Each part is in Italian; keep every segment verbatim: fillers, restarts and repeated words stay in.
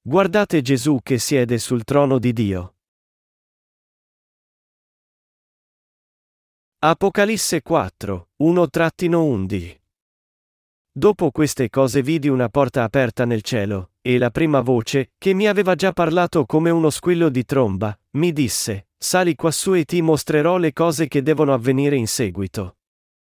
Guardate Gesù che siede sul trono di Dio. Apocalisse quattro, uno undici. Dopo queste cose vidi una porta aperta nel cielo, e la prima voce, che mi aveva già parlato come uno squillo di tromba, mi disse: sali quassù e ti mostrerò le cose che devono avvenire in seguito.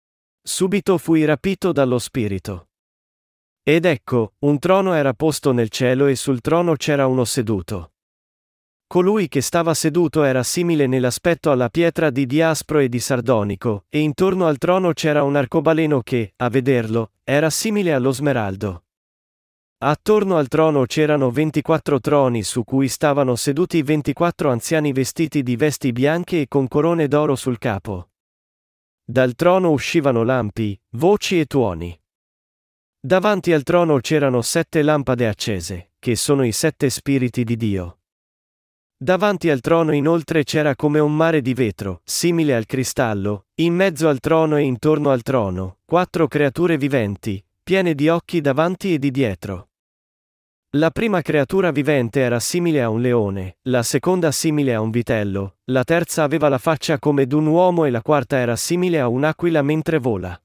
Subito fui rapito dallo Spirito. Ed ecco, un trono era posto nel cielo e sul trono c'era uno seduto. Colui che stava seduto era simile nell'aspetto alla pietra di diaspro e di sardonico, e intorno al trono c'era un arcobaleno che, a vederlo, era simile allo smeraldo. Attorno al trono c'erano ventiquattro troni su cui stavano seduti ventiquattro anziani vestiti di vesti bianche e con corone d'oro sul capo. Dal trono uscivano lampi, voci e tuoni. Davanti al trono c'erano sette lampade accese, che sono i sette spiriti di Dio. Davanti al trono inoltre c'era come un mare di vetro, simile al cristallo, in mezzo al trono e intorno al trono, quattro creature viventi, piene di occhi davanti e di dietro. La prima creatura vivente era simile a un leone, la seconda simile a un vitello, la terza aveva la faccia come d'un uomo e la quarta era simile a un'aquila mentre vola.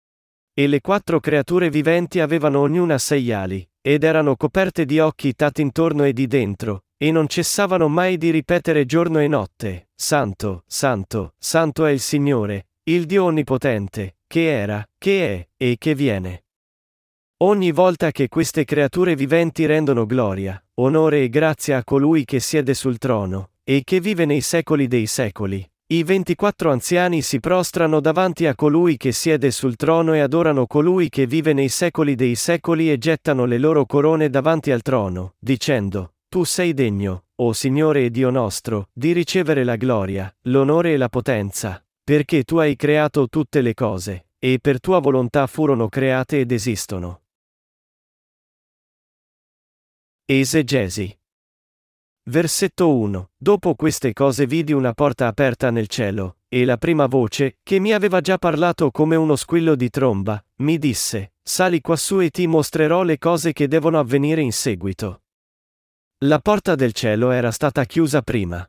E le quattro creature viventi avevano ognuna sei ali, ed erano coperte di occhi tatti intorno e di dentro, e non cessavano mai di ripetere giorno e notte: Santo, Santo, Santo è il Signore, il Dio Onnipotente, che era, che è, e che viene. Ogni volta che queste creature viventi rendono gloria, onore e grazia a colui che siede sul trono, e che vive nei secoli dei secoli, i ventiquattro anziani si prostrano davanti a colui che siede sul trono e adorano colui che vive nei secoli dei secoli e gettano le loro corone davanti al trono, dicendo: Tu sei degno, o Signore e Dio nostro, di ricevere la gloria, l'onore e la potenza, perché tu hai creato tutte le cose, e per tua volontà furono create ed esistono. Esegesi. Versetto uno. Dopo queste cose vidi una porta aperta nel cielo, e la prima voce, che mi aveva già parlato come uno squillo di tromba, mi disse: sali quassù e ti mostrerò le cose che devono avvenire in seguito. La porta del cielo era stata chiusa prima.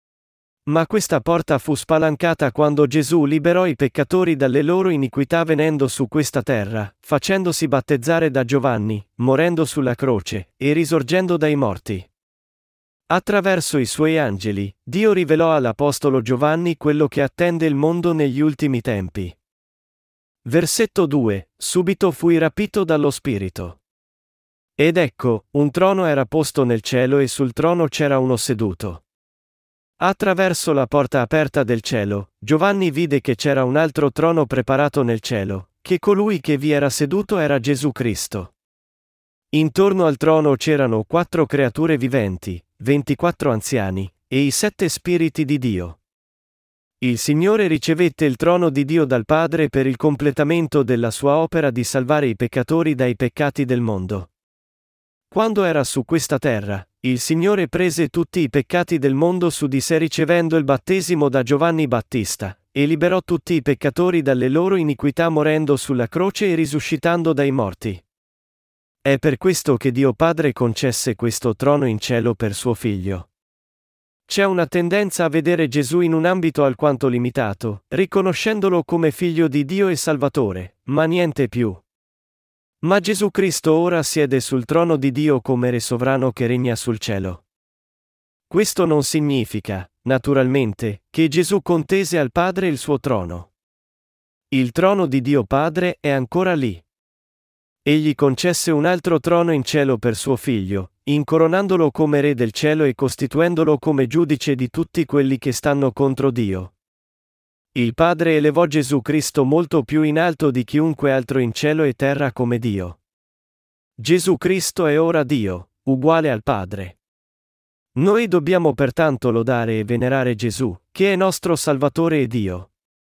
Ma questa porta fu spalancata quando Gesù liberò i peccatori dalle loro iniquità venendo su questa terra, facendosi battezzare da Giovanni, morendo sulla croce, e risorgendo dai morti. Attraverso i suoi angeli, Dio rivelò all'apostolo Giovanni quello che attende il mondo negli ultimi tempi. Versetto due. Subito fui rapito dallo Spirito. Ed ecco, un trono era posto nel cielo e sul trono c'era uno seduto. Attraverso la porta aperta del cielo, Giovanni vide che c'era un altro trono preparato nel cielo, che colui che vi era seduto era Gesù Cristo. Intorno al trono c'erano quattro creature viventi, ventiquattro anziani, e i sette spiriti di Dio. Il Signore ricevette il trono di Dio dal Padre per il completamento della sua opera di salvare i peccatori dai peccati del mondo. Quando era su questa terra, il Signore prese tutti i peccati del mondo su di sé ricevendo il battesimo da Giovanni Battista, e liberò tutti i peccatori dalle loro iniquità morendo sulla croce e risuscitando dai morti. È per questo che Dio Padre concesse questo trono in cielo per suo Figlio. C'è una tendenza a vedere Gesù in un ambito alquanto limitato, riconoscendolo come Figlio di Dio e Salvatore, ma niente più. Ma Gesù Cristo ora siede sul trono di Dio come Re sovrano che regna sul cielo. Questo non significa, naturalmente, che Gesù contese al Padre il suo trono. Il trono di Dio Padre è ancora lì. Egli concesse un altro trono in cielo per suo Figlio, incoronandolo come Re del cielo e costituendolo come giudice di tutti quelli che stanno contro Dio. Il Padre elevò Gesù Cristo molto più in alto di chiunque altro in cielo e terra come Dio. Gesù Cristo è ora Dio, uguale al Padre. Noi dobbiamo pertanto lodare e venerare Gesù, che è nostro Salvatore e Dio.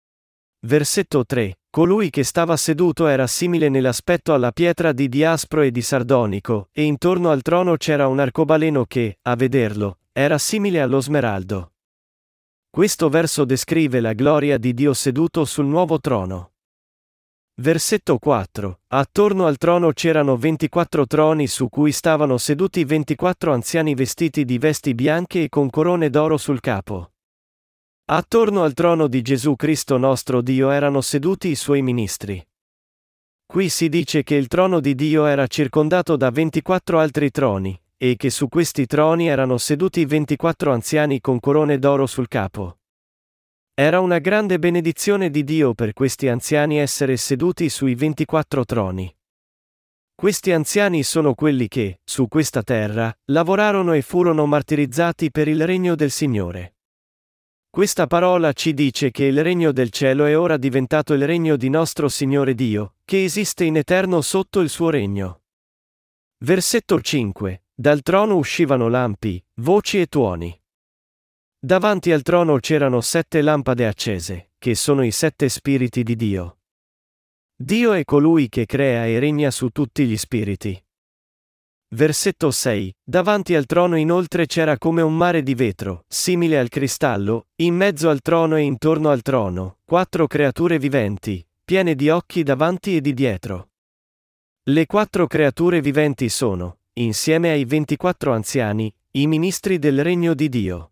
Versetto tre. Colui che stava seduto era simile nell'aspetto alla pietra di diaspro e di sardonico, e intorno al trono c'era un arcobaleno che, a vederlo, era simile allo smeraldo. Questo verso descrive la gloria di Dio seduto sul nuovo trono. Versetto quattro. Attorno al trono c'erano ventiquattro troni su cui stavano seduti ventiquattro anziani vestiti di vesti bianche e con corone d'oro sul capo. Attorno al trono di Gesù Cristo nostro Dio erano seduti i suoi ministri. Qui si dice che il trono di Dio era circondato da ventiquattro altri troni, e che su questi troni erano seduti ventiquattro anziani con corone d'oro sul capo. Era una grande benedizione di Dio per questi anziani essere seduti sui ventiquattro troni. Questi anziani sono quelli che, su questa terra, lavorarono e furono martirizzati per il regno del Signore. Questa parola ci dice che il regno del cielo è ora diventato il regno di nostro Signore Dio, che esiste in eterno sotto il suo regno. Versetto cinque. Dal trono uscivano lampi, voci e tuoni. Davanti al trono c'erano sette lampade accese, che sono i sette spiriti di Dio. Dio è colui che crea e regna su tutti gli spiriti. Versetto sei. Davanti al trono inoltre c'era come un mare di vetro, simile al cristallo, in mezzo al trono e intorno al trono, quattro creature viventi, piene di occhi davanti e di dietro. Le quattro creature viventi sono, insieme ai ventiquattro anziani, i ministri del regno di Dio.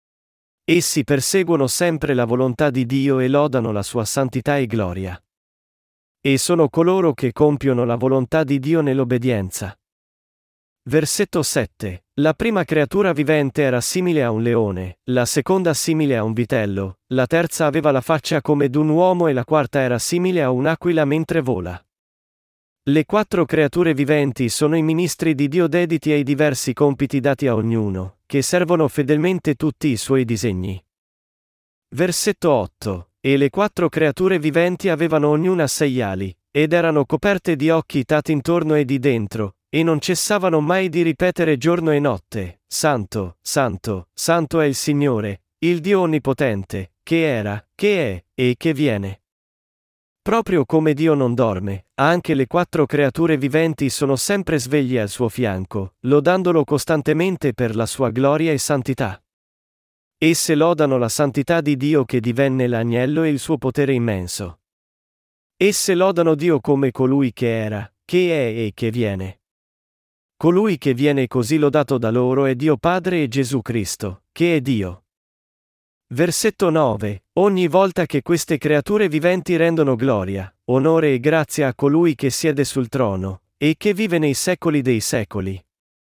Essi perseguono sempre la volontà di Dio e lodano la sua santità e gloria. E sono coloro che compiono la volontà di Dio nell'obbedienza. Versetto sette. La prima creatura vivente era simile a un leone, la seconda simile a un vitello, la terza aveva la faccia come d'un uomo e la quarta era simile a un'aquila mentre vola. Le quattro creature viventi sono i ministri di Dio dediti ai diversi compiti dati a ognuno, che servono fedelmente tutti i suoi disegni. Versetto otto. E le quattro creature viventi avevano ognuna sei ali, ed erano coperte di occhi tati intorno e di dentro, e non cessavano mai di ripetere giorno e notte: Santo, Santo, Santo è il Signore, il Dio Onnipotente, che era, che è, e che viene. Proprio come Dio non dorme, anche le quattro creature viventi sono sempre sveglie al suo fianco, lodandolo costantemente per la sua gloria e santità. Esse lodano la santità di Dio che divenne l'agnello e il suo potere immenso. Esse lodano Dio come colui che era, che è e che viene. Colui che viene così lodato da loro è Dio Padre e Gesù Cristo, che è Dio. Versetto nove. Ogni volta che queste creature viventi rendono gloria, onore e grazia a colui che siede sul trono, e che vive nei secoli dei secoli.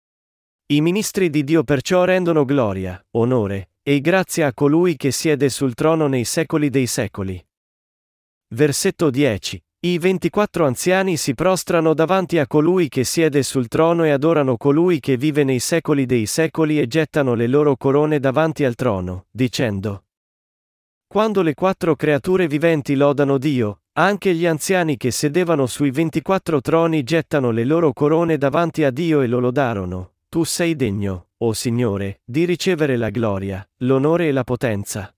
I ministri di Dio perciò rendono gloria, onore, e grazia a colui che siede sul trono nei secoli dei secoli. Versetto dieci. I ventiquattro anziani si prostrano davanti a colui che siede sul trono e adorano colui che vive nei secoli dei secoli e gettano le loro corone davanti al trono, dicendo: Quando le quattro creature viventi lodano Dio, anche gli anziani che sedevano sui ventiquattro troni gettano le loro corone davanti a Dio e lo lodarono: Tu sei degno, o Signore, di ricevere la gloria, l'onore e la potenza.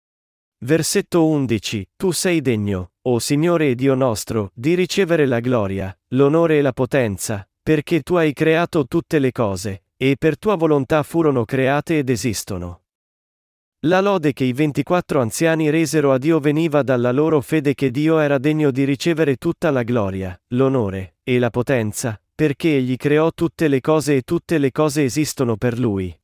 Versetto undici. Tu sei degno, o Signore e Dio nostro, di ricevere la gloria, l'onore e la potenza, perché tu hai creato tutte le cose, e per tua volontà furono create ed esistono. La lode che i ventiquattro anziani resero a Dio veniva dalla loro fede che Dio era degno di ricevere tutta la gloria, l'onore, e la potenza, perché Egli creò tutte le cose e tutte le cose esistono per Lui.